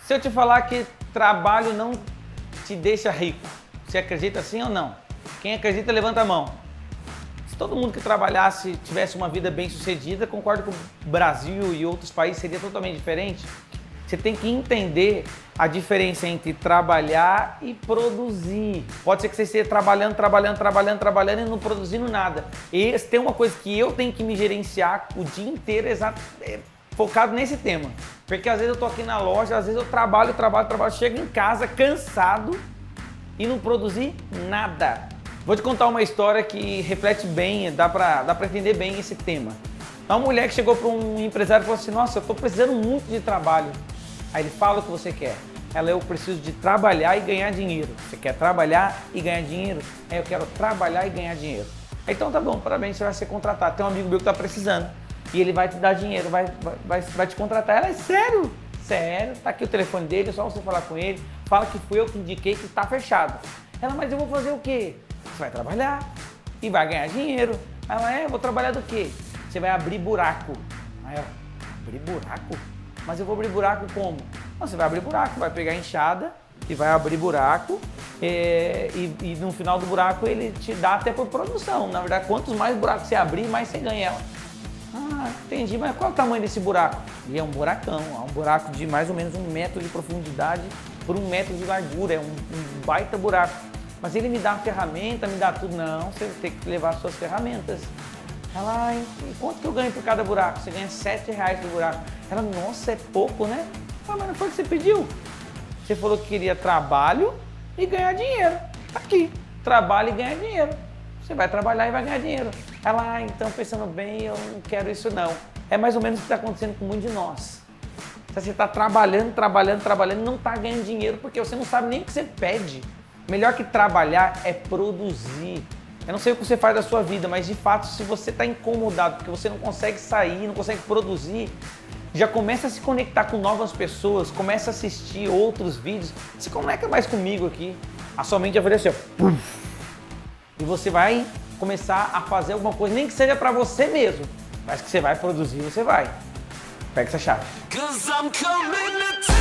Se eu te falar que trabalho não te deixa rico, você acredita sim ou não? Quem acredita, levanta a mão. Se todo mundo que trabalhasse tivesse uma vida bem sucedida, concordo que o Brasil e outros países seria totalmente diferente. Você tem que entender a diferença entre trabalhar e produzir. Pode ser que você esteja trabalhando e não produzindo nada. E tem uma coisa que eu tenho que me gerenciar o dia inteiro focado nesse tema. Porque às vezes eu tô aqui na loja, às vezes eu trabalho, chego em casa cansado e não produzi nada. Vou te contar uma história que reflete bem, dá pra entender bem esse tema. Uma mulher que chegou para um empresário e falou assim: nossa, eu tô precisando muito de trabalho. Aí ele fala o que você quer. Ela, eu preciso de trabalhar e ganhar dinheiro. Você quer trabalhar e ganhar dinheiro? Eu quero trabalhar e ganhar dinheiro. Então tá bom, parabéns, você vai ser contratado. Tem um amigo meu que tá precisando e ele vai te dar dinheiro, vai te contratar. Ela, é sério? Sério, tá aqui o telefone dele, é só você falar com ele. Fala que fui eu que indiquei, que tá fechado. Ela, mas eu vou fazer o quê? Você vai trabalhar e vai ganhar dinheiro. Ela, eu vou trabalhar do quê? Você vai abrir buraco. Aí ela, abrir buraco? Mas eu vou abrir buraco como? Não, você vai abrir buraco, vai pegar a enxada e vai abrir buraco e no final do buraco ele te dá até por produção. Na verdade, quantos mais buracos você abrir, mais você ganha ela. Ah, entendi, mas qual é o tamanho desse buraco? Ele é um buracão, é um buraco de mais ou menos 1 metro de profundidade por 1 metro de largura, é um baita buraco. Mas ele me dá a ferramenta, me dá tudo. Não, você tem que levar as suas ferramentas. Ela, e quanto que eu ganho por cada buraco? Você ganha R$7 por buraco. Ela, nossa, é pouco, né? Ah, mas não foi o que você pediu. Você falou que queria trabalho e ganhar dinheiro. Tá aqui, trabalho e ganhar dinheiro. Você vai trabalhar e vai ganhar dinheiro. Ela, então pensando bem, eu não quero isso não. É mais ou menos o que está acontecendo com muitos de nós. Você está trabalhando e não está ganhando dinheiro porque você não sabe nem o que você pede. Melhor que trabalhar é produzir. Eu não sei o que você faz da sua vida, mas de fato, se você está incomodado porque você não consegue sair, não consegue produzir, já começa a se conectar com novas pessoas, começa a assistir outros vídeos, se conecta mais comigo aqui. A sua mente vai fazer assim, ó, puff, e você vai começar a fazer alguma coisa, nem que seja para você mesmo, mas que você vai produzir, você vai. Pega essa chave.